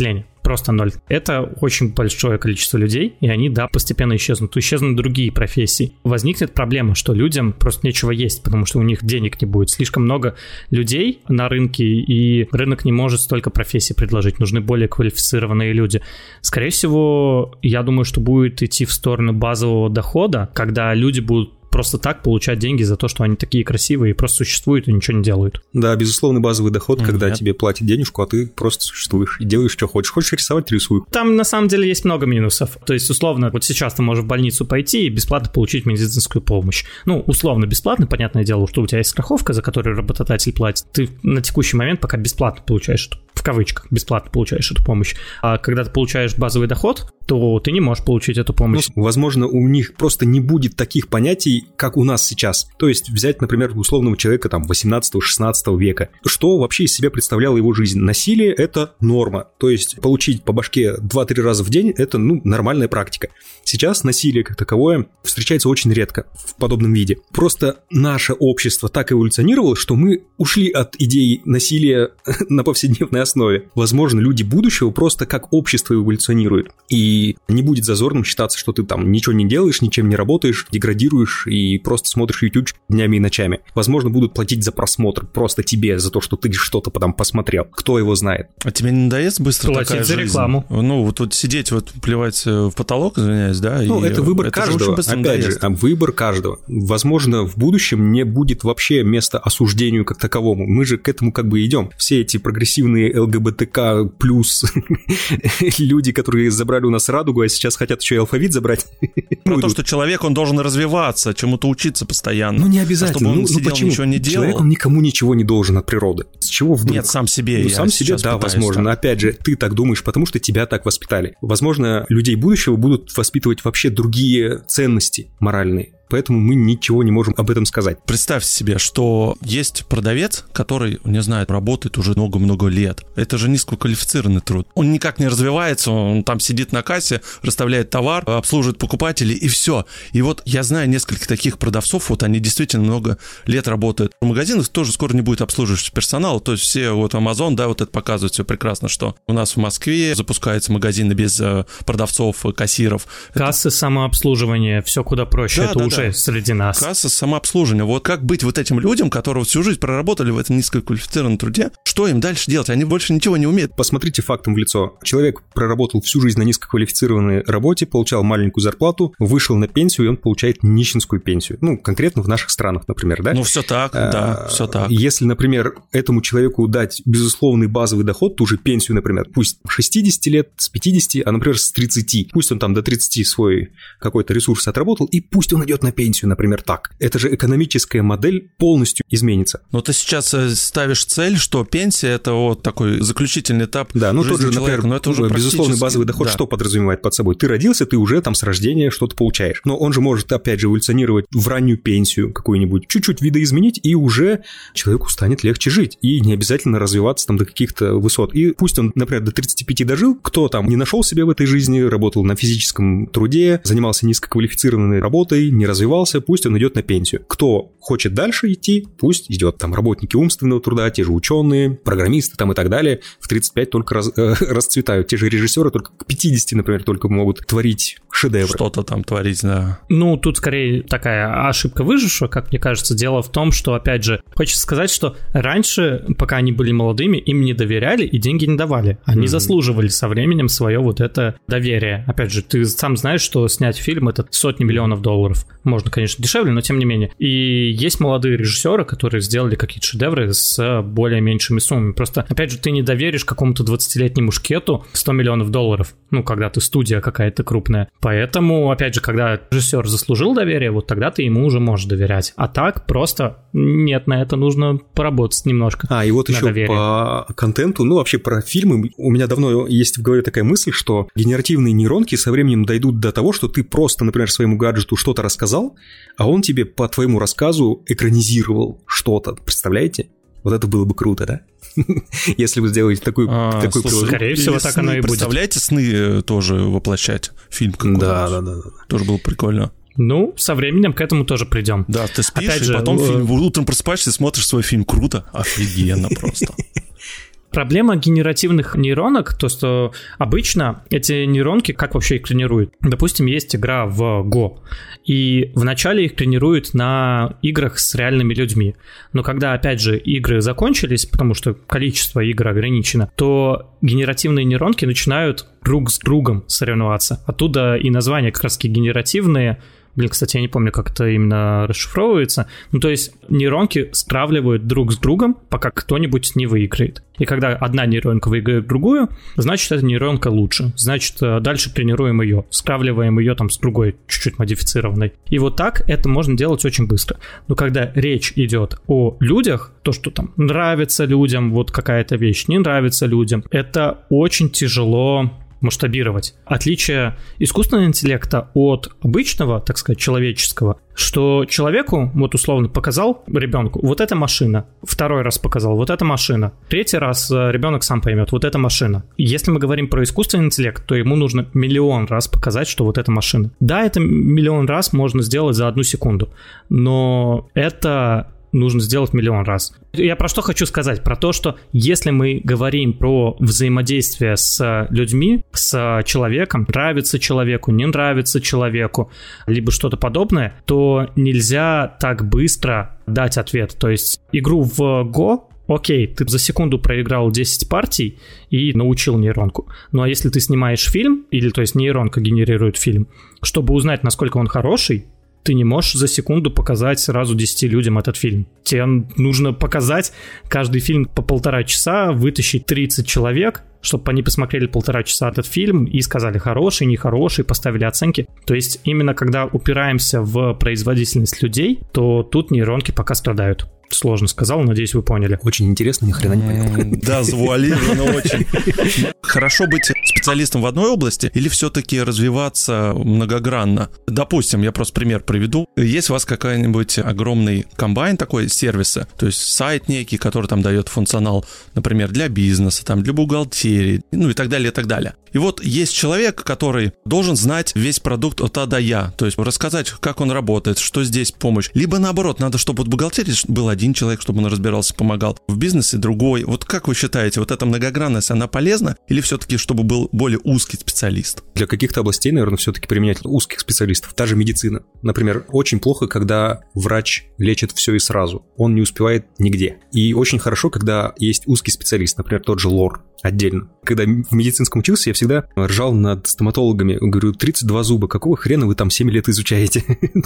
просто ноль. Это очень большое количество людей, и они, да, постепенно исчезнут. Исчезнут другие профессии. Возникнет проблема, что людям просто нечего есть, потому что у них денег не будет. Слишком много людей на рынке, и рынок не может столько профессий предложить. Нужны более квалифицированные люди. Скорее всего, я думаю, что будет идти в сторону базового дохода, когда люди будут просто так получать деньги за то, что они такие красивые и просто существуют и ничего не делают. Да, безусловно, базовый доход, когда тебе платят денежку, а ты просто существуешь и делаешь, что хочешь. Хочешь рисовать — рисуй. Там, на самом деле, есть много минусов. То есть, условно, вот сейчас ты можешь в больницу пойти и бесплатно получить медицинскую помощь. Ну, условно бесплатно, понятное дело, что у тебя есть страховка, за которую работодатель платит. Ты на текущий момент пока бесплатно получаешь эту, в кавычках, бесплатно получаешь эту помощь. А когда ты получаешь базовый доход, то ты не можешь получить эту помощь. Ну, возможно, у них просто не будет таких понятий, как у нас сейчас. То есть взять, например, условного человека там 18-16 века. Что вообще из себя представляла его жизнь? Насилие — это норма. То есть получить по башке 2-3 раза в день — это, нормальная практика. Сейчас насилие как таковое встречается очень редко в подобном виде. Просто наше общество так эволюционировало, что мы ушли от идеи насилия на повседневной основе. Возможно, люди будущего просто как общество эволюционируют. И не будет зазорным считаться, что ты там ничего не делаешь, ничем не работаешь, деградируешь и просто смотришь YouTube днями и ночами. Возможно, будут платить за просмотр просто тебе, за то, что ты что-то потом посмотрел. Кто его знает? А тебе не надоест быстро платить такая за жизнь? Рекламу. Вот сидеть, плевать в потолок, извиняюсь, да? Это выбор каждого. Опять же, выбор каждого. Возможно, в будущем не будет вообще места осуждению как таковому. Мы же к этому как бы идем. Все эти прогрессивные ЛГБТК плюс люди, которые забрали у нас радугу, а сейчас хотят еще и алфавит забрать. Про то, что человек, он должен развиваться, чему-то учиться постоянно. Не обязательно. Чтобы он сидел, почему? Ничего не делал. Человек, он никому ничего не должен от природы. С чего вдруг? Нет, сам себе. Сам себе, да, возможно. Но опять же, ты так думаешь, потому что тебя так воспитали. Возможно, людей будущего будут воспитывать вообще другие ценности моральные. Поэтому мы ничего не можем об этом сказать. Представьте себе, что есть продавец, который, не знаю, работает уже много-много лет. Это же низкоквалифицированный труд. Он никак не развивается, он там сидит на кассе, расставляет товар, обслуживает покупателей и все. И вот я знаю несколько таких продавцов, вот они действительно много лет работают. В магазинах тоже скоро не будет обслуживающего персонала, то есть все, вот Amazon, да, вот это показывает все прекрасно, что у нас в Москве запускаются магазины без продавцов, кассиров. Кассы, самообслуживание, все куда проще, да, это да, уже среди нас. Касса, самообслуживание. Вот как быть вот этим людям, которые всю жизнь проработали в этом низкоквалифицированном труде, что им дальше делать? Они больше ничего не умеют. Посмотрите фактом в лицо. Человек проработал всю жизнь на низкоквалифицированной работе, получал маленькую зарплату, вышел на пенсию, и он получает нищенскую пенсию. Конкретно в наших странах, например, да? Все так, да, все так. Если, например, этому человеку дать безусловный базовый доход, ту же пенсию, например, пусть с 60 лет, с 50, а, например, с 30, пусть он там до 30 свой какой-то ресурс отработал, и пусть он идет на пенсию, например, так. Это же экономическая модель полностью изменится. Но ты сейчас ставишь цель, что пенсия — это вот такой заключительный этап жизни тот же, человека, например, но это уже безусловный базовый доход, что подразумевает под собой? Ты родился, ты уже там с рождения что-то получаешь. Но он же может, опять же, эволюционировать в раннюю пенсию какую-нибудь, чуть-чуть видоизменить, и уже человеку станет легче жить. И не обязательно развиваться там до каких-то высот. И пусть он, например, до 35 дожил, кто там не нашел себя в этой жизни, работал на физическом труде, занимался низкоквалифицированной работой, не развивался, пусть он идет на пенсию. Кто хочет дальше идти, пусть идет. Там работники умственного труда, те же ученые, программисты там и так далее, в 35 только расцветают. Те же режиссеры только к 50, например, только могут творить шедевры. Что-то там творить, да. Тут скорее такая ошибка выжившего, как мне кажется. Дело в том, что, опять же, хочется сказать, что раньше, пока они были молодыми, им не доверяли и деньги не давали. Они заслуживали со временем свое вот это доверие. Опять же, ты сам знаешь, что снять фильм — это сотни миллионов долларов. Можно, конечно, дешевле, но тем не менее. И есть молодые режиссеры, которые сделали какие-то шедевры с более меньшими суммами. Просто, опять же, ты не доверишь какому-то 20-летнему шкету 100 миллионов долларов, когда ты студия какая-то крупная. Поэтому, опять же, когда режиссер заслужил доверие, вот тогда ты ему уже можешь доверять. А так просто нет, на это нужно поработать немножко. И вот еще доверие. По контенту, вообще про фильмы, у меня давно есть в голове такая мысль, что генеративные нейронки со временем дойдут до того, что ты просто, например, своему гаджету что-то рассказал, а он тебе по твоему рассказу экранизировал что-то. Представляете? Вот это было бы круто, да? Если вы сделаете такой приложение. Скорее всего, так оно и будет. Представляете, сны тоже воплощать фильм какой-то? Да. Тоже было прикольно. Со временем к этому тоже придем. Да, ты спишь, и потом утром просыпаешься и смотришь свой фильм. Круто, офигенно просто. Проблема генеративных нейронок, то, что обычно эти нейронки, как вообще их тренируют? Допустим, есть игра в Go, и вначале их тренируют на играх с реальными людьми. Но когда, опять же, игры закончились, потому что количество игр ограничено, то генеративные нейронки начинают друг с другом соревноваться. Оттуда и названия как раз-таки генеративные. Блин, кстати, я не помню, как это именно расшифровывается. Ну, то есть нейронки стравливают друг с другом, пока кто-нибудь не выиграет. И когда одна нейронка выиграет другую, значит, эта нейронка лучше. Значит, дальше тренируем ее, стравливаем ее там с другой, чуть-чуть модифицированной. И вот так это можно делать очень быстро. Но когда речь идет о людях, то, что там нравится людям, вот какая-то вещь не нравится людям, это очень тяжело масштабировать. Отличие искусственного интеллекта от обычного, так сказать, человеческого, что человеку, вот условно, показал ребенку, вот эта машина, второй раз показал, вот эта машина, третий раз ребенок сам поймет, вот эта машина. Если мы говорим про искусственный интеллект, то ему нужно миллион раз показать, что вот эта машина. Да, это миллион раз можно сделать за 1 секунду, но это нужно сделать миллион раз. Я про что хочу сказать? Про то, что если мы говорим про взаимодействие с людьми, с человеком, нравится человеку, не нравится человеку, либо что-то подобное, то нельзя так быстро дать ответ. То есть игру в Go, окей, ты за секунду проиграл 10 партий и научил нейронку. Ну а если ты снимаешь фильм, или то есть нейронка генерирует фильм, чтобы узнать, насколько он хороший, ты не можешь за секунду показать сразу 10 людям этот фильм. Тебе нужно показать каждый фильм по 1,5 часа, вытащить 30 человек, чтобы они посмотрели 1,5 часа этот фильм и сказали хороший, нехороший, поставили оценки. То есть именно когда упираемся в производительность людей, то тут нейронки пока страдают. Сложно сказал, надеюсь, вы поняли. Очень интересно, ни хрена не понятно. Да, завуалировано очень. Хорошо быть специалистом в одной области или все-таки развиваться многогранно? Допустим, я просто пример приведу. Есть у вас какой-нибудь огромный комбайн такой сервиса, то есть сайт некий, который там дает функционал, например, для бизнеса, там, для бухгалтерии, ну и так далее, и так далее. И вот есть человек, который должен знать весь продукт от А до Я, то есть рассказать, как он работает, что здесь помощь. Либо наоборот, надо, чтобы вот в бухгалтерии был один человек, чтобы он разбирался, помогал. В бизнесе другой. Вот как вы считаете, вот эта многогранность, она полезна? Или все-таки, чтобы был более узкий специалист? Для каких-то областей, наверное, все-таки применять узких специалистов. Та же медицина. Например, очень плохо, когда врач лечит все и сразу. Он не успевает нигде. И очень хорошо, когда есть узкий специалист, например, тот же лор. Отдельно. Когда в медицинском учился, я всегда ржал над стоматологами. Говорю, 32 зуба, какого хрена вы там 7 лет изучаете?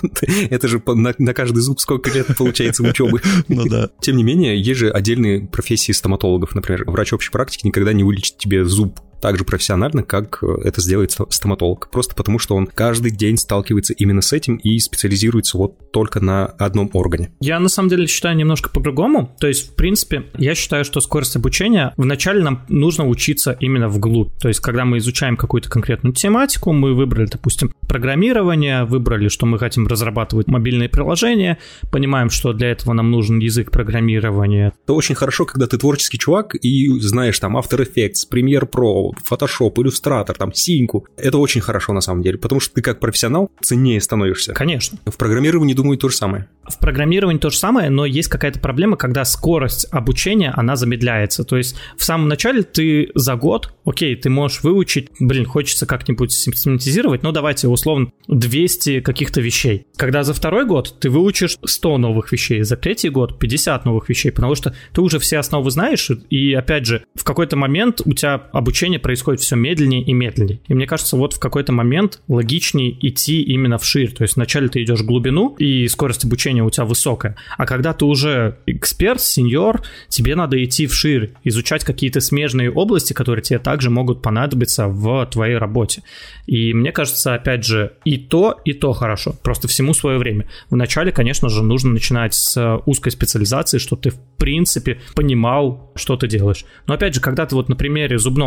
Это же на каждый зуб сколько лет получается учебы. Ну да. Тем не менее, есть же отдельные профессии стоматологов. Например, врач общей практики никогда не вылечит тебе зуб так же профессионально, как это сделает стоматолог. Просто потому, что он каждый день сталкивается именно с этим и специализируется вот только на одном органе. Я на самом деле считаю немножко по-другому. То есть, в принципе, я считаю, что скорость обучения вначале нам нужно учиться именно вглубь. То есть, когда мы изучаем какую-то конкретную тематику, мы выбрали, допустим, программирование, выбрали, что мы хотим разрабатывать мобильные приложения, понимаем, что для этого нам нужен язык программирования. Это очень хорошо, когда ты творческий чувак и знаешь там After Effects, Premiere Pro, Photoshop, Illustrator, там, Синьку. Это очень хорошо на самом деле, потому что ты как профессионал ценнее становишься. Конечно. В программировании, думаю, то же самое. В программировании то же самое, но есть какая-то проблема, когда скорость обучения, она замедляется. То есть в самом начале ты за год, окей, ты можешь выучить, хочется как-нибудь систематизировать, но давайте условно 200 каких-то вещей. Когда за второй год ты выучишь 100 новых вещей, за третий год 50 новых вещей, потому что ты уже все основы знаешь, и опять же, в какой-то момент у тебя обучение происходит все медленнее и медленнее. И мне кажется, вот в какой-то момент логичнее идти именно вширь. То есть вначале ты идешь в глубину, и скорость обучения у тебя высокая. А когда ты уже эксперт, сеньор, тебе надо идти вширь, изучать какие-то смежные области, которые тебе также могут понадобиться в твоей работе. И мне кажется, опять же, и то хорошо. Просто всему свое время. Вначале, конечно же, нужно начинать с узкой специализации, чтобы ты, в принципе, понимал, что ты делаешь. Но опять же, когда ты вот на примере зубного, когда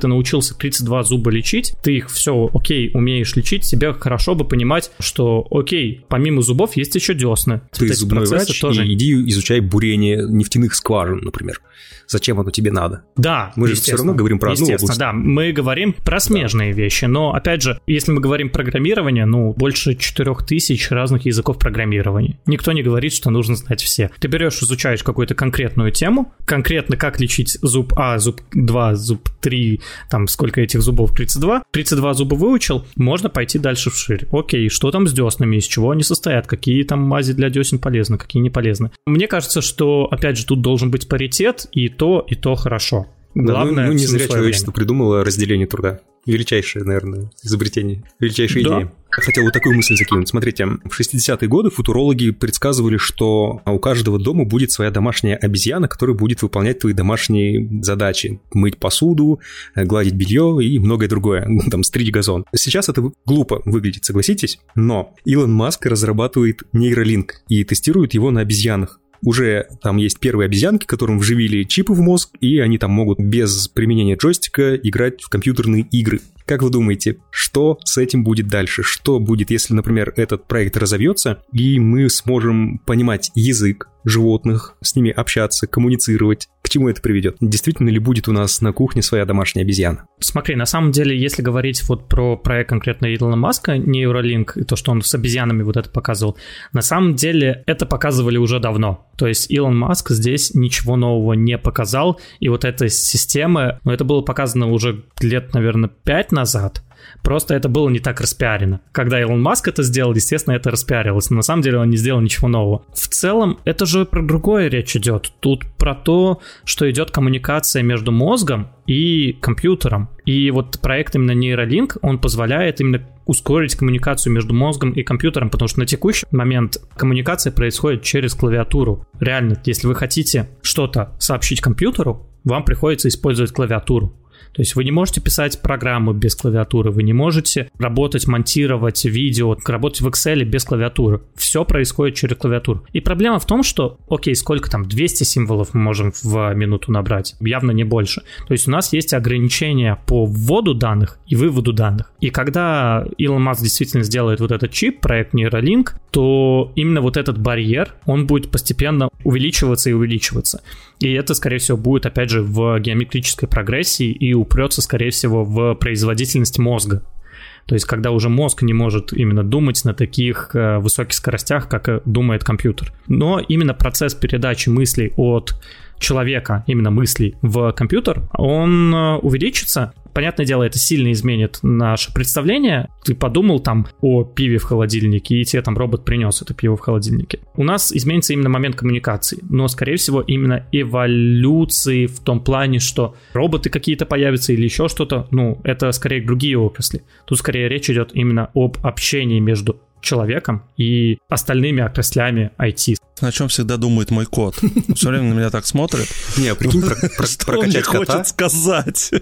ты научился 32 зуба лечить, ты их все, окей, умеешь лечить, тебе хорошо бы понимать, что, окей, помимо зубов есть еще десны. Ты вот зубной врач, тоже... и иди изучай бурение нефтяных скважин, например. Зачем оно тебе надо? Да, мы же все равно говорим про одну область. Да, мы говорим про смежные вещи, но, опять же, если мы говорим программирование, больше 4000 разных языков программирования. Никто не говорит, что нужно знать все. Ты берешь, изучаешь какую-то конкретную тему, конкретно как лечить зуб А, зуб 2, зуб 3, там сколько этих зубов, 32. 32 зуба выучил, можно пойти дальше вширь. Окей, что там с деснами, из чего они состоят, какие там мази для десен полезны, какие не полезны. Мне кажется, что, опять же, тут должен быть паритет, и то хорошо. Главное, да, не зря человечество придумало разделение труда. Величайшее, наверное, изобретение, величайшая идея. Хотел вот такую мысль закинуть. Смотрите, в 60-е годы футурологи предсказывали, что у каждого дома будет своя домашняя обезьяна, которая будет выполнять твои домашние задачи. Мыть посуду, гладить белье и многое другое. Там, стричь газон. Сейчас это глупо выглядит, согласитесь? Но Илон Маск разрабатывает нейролинк и тестирует его на обезьянах. Уже там есть первые обезьянки, которым вживили чипы в мозг, и они там могут без применения джойстика играть в компьютерные игры. Как вы думаете, что с этим будет дальше? Что будет, если, например, этот проект разовьется, и мы сможем понимать язык животных, с ними общаться, коммуницировать? К чему это приведет? Действительно ли будет у нас на кухне своя домашняя обезьяна? Смотри, на самом деле, если говорить вот про проект конкретно Илона Маска, Neuralink, и то, что он с обезьянами вот это показывал, на самом деле это показывали уже давно. То есть Илон Маск здесь ничего нового не показал, и вот эта система, это было показано уже лет, наверное, 5 назад. Просто это было не так распиарено. Когда Илон Маск это сделал, естественно, это распиарилось. Но на самом деле он не сделал ничего нового. В целом, это же про другое речь идет. Тут про то, что идет коммуникация между мозгом и компьютером. И вот проект именно Neuralink, он позволяет именно ускорить коммуникацию между мозгом и компьютером, потому что на текущий момент коммуникация происходит через клавиатуру. Реально, если вы хотите что-то сообщить компьютеру, вам приходится использовать клавиатуру. То есть вы не можете писать программу без клавиатуры, вы не можете работать, монтировать видео, работать в Excel без клавиатуры. Все происходит через клавиатуру. И проблема в том, что, окей, сколько там, 200 символов мы можем в минуту набрать, явно не больше. То есть у нас есть ограничения по вводу данных и выводу данных. И когда Илон Маск действительно сделает вот этот чип, проект Neuralink, то именно вот этот барьер, он будет постепенно увеличиваться и увеличиваться. И это, скорее всего, будет, опять же, в геометрической прогрессии и упрется, скорее всего, в производительность мозга. То есть, когда уже мозг не может именно думать на таких высоких скоростях, как думает компьютер. Но именно процесс передачи мыслей от человека, именно мыслей в компьютер, он увеличится. Понятное дело, это сильно изменит наше представление. Ты подумал там о пиве в холодильнике, и тебе там робот принес это пиво в холодильнике. У нас изменится именно момент коммуникации, но, скорее всего, именно эволюции в том плане, что роботы какие-то появятся или еще что-то, это скорее другие отрасли. Тут скорее речь идет именно об общении между человеком и остальными отраслями IT. На чем всегда думает мой кот. Все время на меня так смотрит. Не, прикинь, прокачать кота. Что он мне хочет сказать?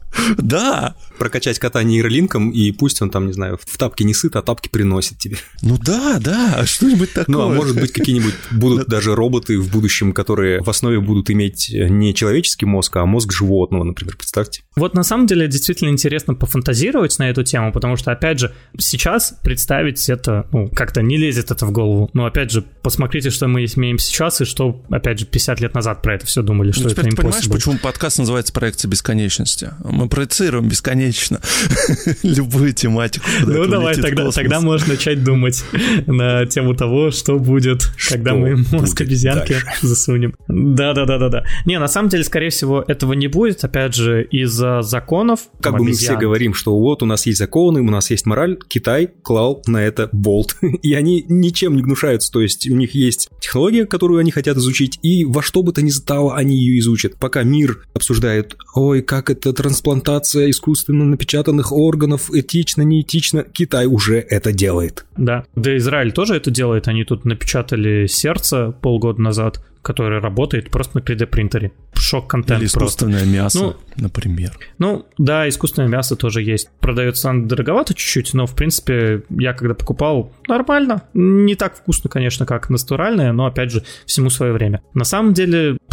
Да. Прокачать кота нейролинком, и пусть он там, не знаю, в тапки не сыт, а тапки приносит тебе. Да, что-нибудь такое. А может быть, какие-нибудь будут даже роботы в будущем, которые в основе будут иметь не человеческий мозг, а мозг животного, например, представьте. Вот на самом деле действительно интересно пофантазировать на эту тему, потому что, опять же, сейчас представить это, как-то не лезет это в голову. Но, опять же, посмотрите, что мы имеем сейчас, и что, опять же, 50 лет назад про это все думали, что это impossible. Ты понимаешь, почему подкаст называется «Проекция бесконечности»? Мы проецируем бесконечно любую тематику. Давай, тогда можно начать думать на тему того, что будет, когда мы мозг обезьянки засунем. Да. Не, на самом деле, скорее всего, этого не будет, опять же, из-за законов. Как бы мы все говорим, что вот у нас есть законы, у нас есть мораль, Китай клал на это болт. И они ничем не гнушаются, то есть у них есть технология, которую они хотят изучить, и во что бы то ни стало, они ее изучат. Пока мир обсуждает, ой, как это трансплантация искусственно напечатанных органов, этично, неэтично, Китай уже это делает. Да Израиль тоже это делает, они тут напечатали сердце полгода назад, которое работает просто на 3D-принтере. Шок-контент. Или искусственное мясо, например. Да, искусственное мясо тоже есть. Продается дороговато чуть-чуть, но, в принципе, я когда покупал, нормально. Не так вкусно, конечно, как натуральное, но, опять же, всему свое время. На самом деле,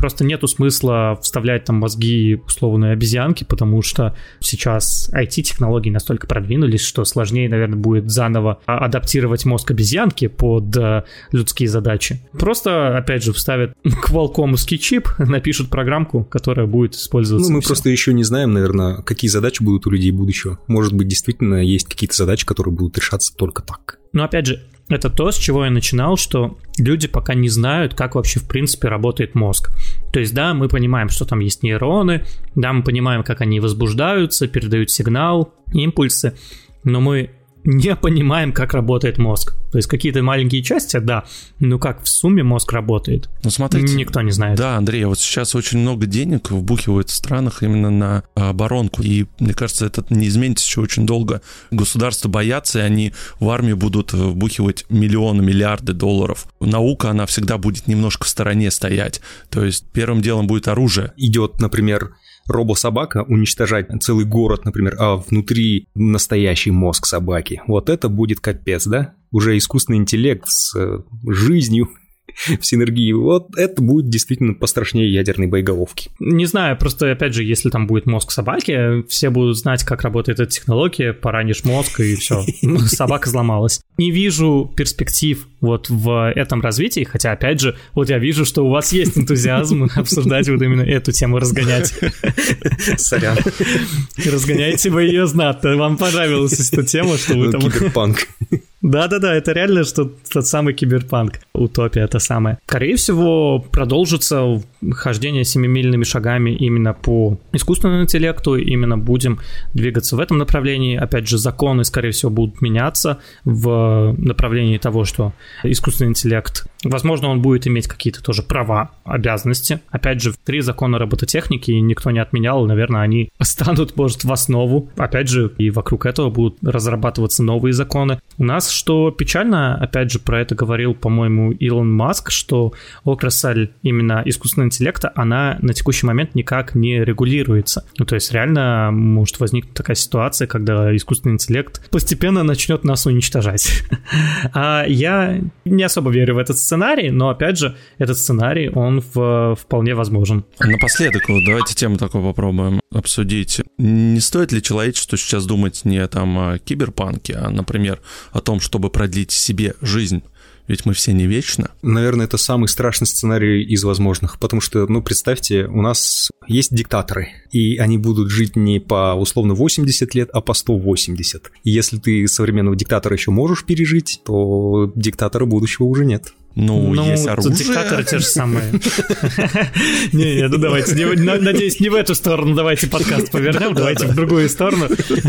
просто нету смысла вставлять там мозги условные обезьянки, потому что сейчас IT-технологии настолько продвинулись, что сложнее, наверное, будет заново адаптировать мозг обезьянки под людские задачи. Просто, опять же, вставят квалкомовский чип, напишут программку, которая будет использоваться. Ну, мы просто еще не знаем, наверное, какие задачи будут у людей будущего. Может быть, действительно есть какие-то задачи, которые будут решаться только так. Но, опять же, это то, с чего я начинал, что люди пока не знают, как вообще в принципе работает мозг. То есть, да, мы понимаем, что там есть нейроны, да, мы понимаем, как они возбуждаются, передают сигнал, импульсы, но мы не понимаем, как работает мозг. То есть какие-то маленькие части, да, но как в сумме мозг работает, ну, смотрите, никто не знает. Да, Андрей, вот сейчас очень много денег вбухивают в странах именно на оборонку, и мне кажется, это не изменится еще очень долго. Государства боятся, и они в армию будут вбухивать миллионы, миллиарды долларов. Наука, она всегда будет немножко в стороне стоять, то есть первым делом будет оружие. Идет, например, робособака уничтожать целый город, например, а внутри настоящий мозг собаки. Вот это будет капец, да? Уже искусственный интеллект с жизнью в синергии. Вот это будет действительно пострашнее ядерной боеголовки. Не знаю, просто, опять же, если там будет мозг собаки, все будут знать, как работает эта технология, поранишь мозг, и все, собака сломалась. Не вижу перспектив вот в этом развитии, хотя, опять же, вот я вижу, что у вас есть энтузиазм обсуждать вот именно эту тему, разгонять. Сорян. Разгоняйте вы ее знатно. Вам понравилась эта тема, что вы там... Киберпанк. Да-да-да, это реально, что тот самый киберпанк, утопия та самая. Скорее всего, продолжится хождение семимильными шагами именно по искусственному интеллекту, именно будем двигаться в этом направлении. Опять же, законы, скорее всего, будут меняться в направлении того, что искусственный интеллект, возможно, он будет иметь какие-то тоже права, обязанности. Опять же, 3 закона робототехники никто не отменял, наверное, они станут, может, в основу. Опять же, и вокруг этого будут разрабатываться новые законы. У нас, что печально, опять же, про это говорил, по-моему, Илон Маск, что отрасль именно искусственного интеллекта, она на текущий момент никак не регулируется. Ну, то есть реально может возникнуть такая ситуация, когда искусственный интеллект постепенно начнет нас уничтожать. А я не особо верю в этот сценарий, но, опять же, этот сценарий, он вполне возможен. Напоследок, вот давайте тему такую попробуем обсудить. Не стоит ли человечеству сейчас думать не там о киберпанке, а, например, о том, чтобы продлить себе жизнь? Ведь мы все не вечно. Наверное, это самый страшный сценарий из возможных, потому что, ну, представьте, у нас есть диктаторы, и они будут жить не по условно 80 лет, а по 180. И если ты современного диктатора еще можешь пережить, то диктатора будущего уже нет. Ну, есть оружие. Диктаторы те же самые. Не, ну давайте, надеюсь, не в эту сторону давайте подкаст повернем, давайте в другую сторону.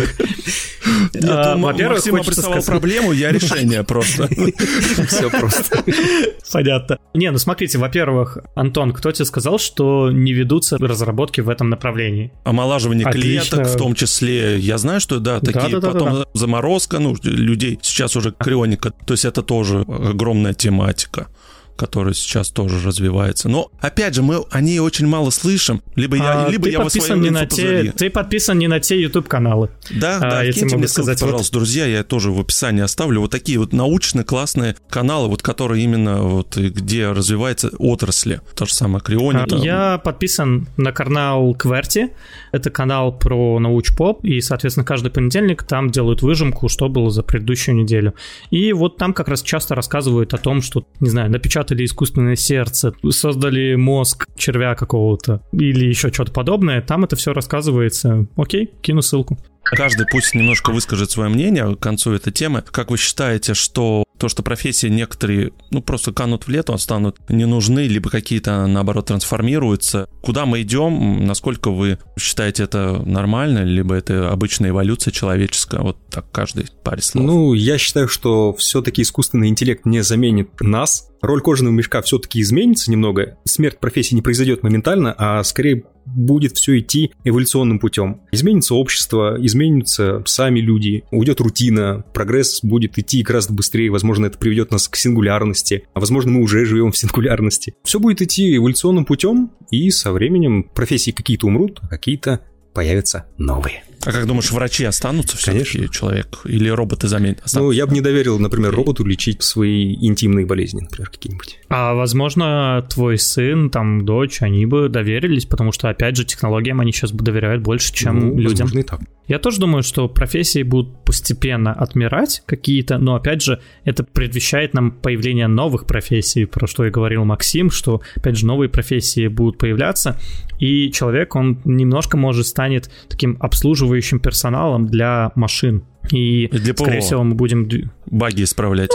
Во-первых, Максим обрисовал проблему, я решение просто. Все просто. Понятно. Не, ну смотрите, во-первых, Антон, кто тебе сказал, что не ведутся разработки в этом направлении? Омолаживание клеток в том числе. Я знаю, что да, такие потом заморозка, ну, людей сейчас уже крионика. То есть это тоже огромная тематика, которая сейчас тоже развивается. Но, опять же, мы о ней очень мало слышим. Либо я во своем инфопозоре. Ты подписан не на те YouTube-каналы. Да, киньте мне ссылку, пожалуйста, друзья, я тоже в описании оставлю. Вот такие вот научные, классные каналы, вот которые именно вот где развивается отрасли. То же самое крионика. Я подписан на канал Кверти. Это канал про научпоп, и, соответственно, каждый понедельник там делают выжимку, что было за предыдущую неделю. И вот там как раз часто рассказывают о том, что, не знаю, напечатали искусственное сердце, создали мозг червя какого-то или еще что-то подобное. Там это все рассказывается. Окей, кину ссылку. Каждый пусть немножко выскажет свое мнение к концу этой темы. Как вы считаете, что то, что профессии некоторые, ну, просто канут в лету, станут не нужны, либо какие-то, наоборот, трансформируются? Куда мы идем? Насколько вы считаете это нормально, либо это обычная эволюция человеческая? Вот так каждый паре слов. Ну, я считаю, что все-таки искусственный интеллект не заменит нас. Роль кожаного мешка все-таки изменится немного. Смерть профессии не произойдет моментально, а скорее будет все идти эволюционным путем. Изменится общество, изменятся сами люди, уйдет рутина, прогресс будет идти гораздо быстрее, возможно, это приведет нас к сингулярности, а возможно, мы уже живем в сингулярности. Все будет идти эволюционным путем, и со временем профессии какие-то умрут, а какие-то появятся новые. А как думаешь, врачи останутся все-таки, человек? Или роботы заменят? Ну, я бы не доверил, например, роботу лечить свои интимные болезни, например, какие-нибудь. А, возможно, твой сын, там, дочь, они бы доверились, потому что, опять же, технологиям они сейчас доверяют больше, чем людям. Возможно, и так. Я тоже думаю, что профессии будут постепенно отмирать какие-то, но, опять же, это предвещает нам появление новых профессий, про что и говорил Максим, что, опять же, новые профессии будут появляться, и человек, он немножко, может, станет таким обслуживающим персоналом для машин. И, для скорее всего, мы будем... Баги исправлять.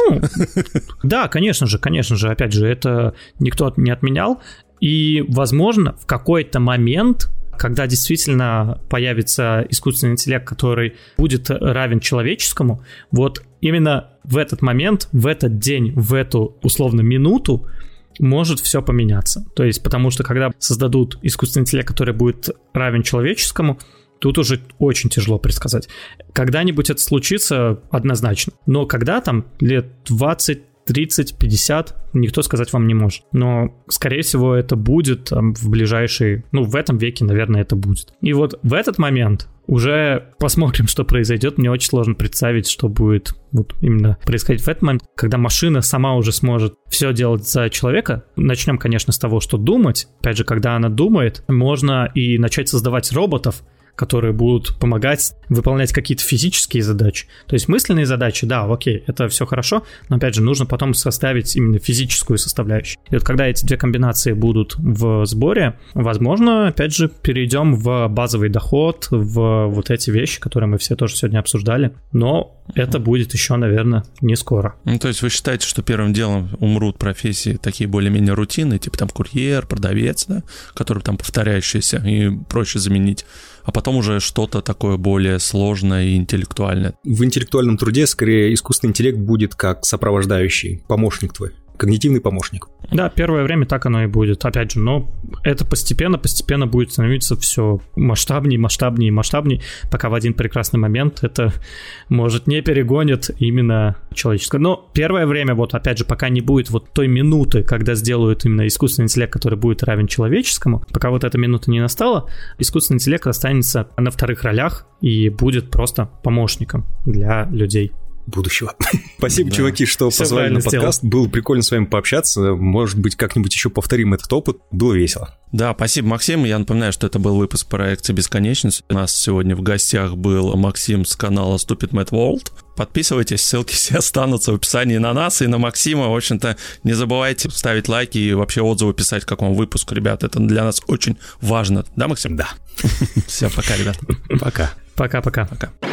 Да, конечно же, опять же, это никто не отменял, и, возможно, в какой-то момент... Когда действительно появится искусственный интеллект, который будет равен человеческому, вот именно в этот момент, в этот день, в эту, условно, минуту может все поменяться. То есть, потому что когда создадут искусственный интеллект, который будет равен человеческому, тут уже очень тяжело предсказать. Когда-нибудь это случится однозначно. Но когда там лет 20, 30, 50, никто сказать вам не может. Но, скорее всего, это будет там, в ближайшие... Ну, в этом веке, наверное, это будет. И вот в этот момент уже посмотрим, что произойдет. Мне очень сложно представить, что будет вот именно происходить в этот момент, когда машина сама уже сможет все делать за человека. Начнем, конечно, с того, что думать. Опять же, когда она думает, можно и начать создавать роботов, которые будут помогать выполнять какие-то физические задачи. То есть мысленные задачи, да, окей, это все хорошо, но, опять же, нужно потом составить именно физическую составляющую. И вот когда эти две комбинации будут в сборе, возможно, опять же, перейдем в базовый доход, в вот эти вещи, которые мы все тоже сегодня обсуждали, но это будет еще, наверное, не скоро. Ну, то есть вы считаете, что первым делом умрут профессии такие более-менее рутинные, типа там курьер, продавец, да, которые там повторяющиеся и проще заменить, а потом уже что-то такое более сложное и интеллектуальное? В интеллектуальном труде скорее искусственный интеллект будет как сопровождающий, помощник твой. Когнитивный помощник. Да, первое время так оно и будет. Опять же, но это постепенно будет становиться все масштабнее, пока в один прекрасный момент это, может, не перегонит именно человеческое. Но первое время, вот опять же, пока не будет вот той минуты, когда сделают именно искусственный интеллект, который будет равен человеческому, пока вот эта минута не настала, искусственный интеллект останется на вторых ролях и будет просто помощником для людей будущего. Спасибо, чуваки, что позвали на подкаст. Было прикольно с вами пообщаться. Может быть, как-нибудь еще повторим этот опыт. Было весело. Да, спасибо, Максим. Я напоминаю, что это был выпуск проекта «Бесконечность». У нас сегодня в гостях был Максим с канала Stupid Mad World. Подписывайтесь, ссылки все останутся в описании на нас и на Максима. В общем-то, не забывайте ставить лайки и вообще отзывы писать, как вам выпуск, ребят. Это для нас очень важно. Да, Максим? Да. Все, пока, ребят. Пока. Пока-пока. Пока.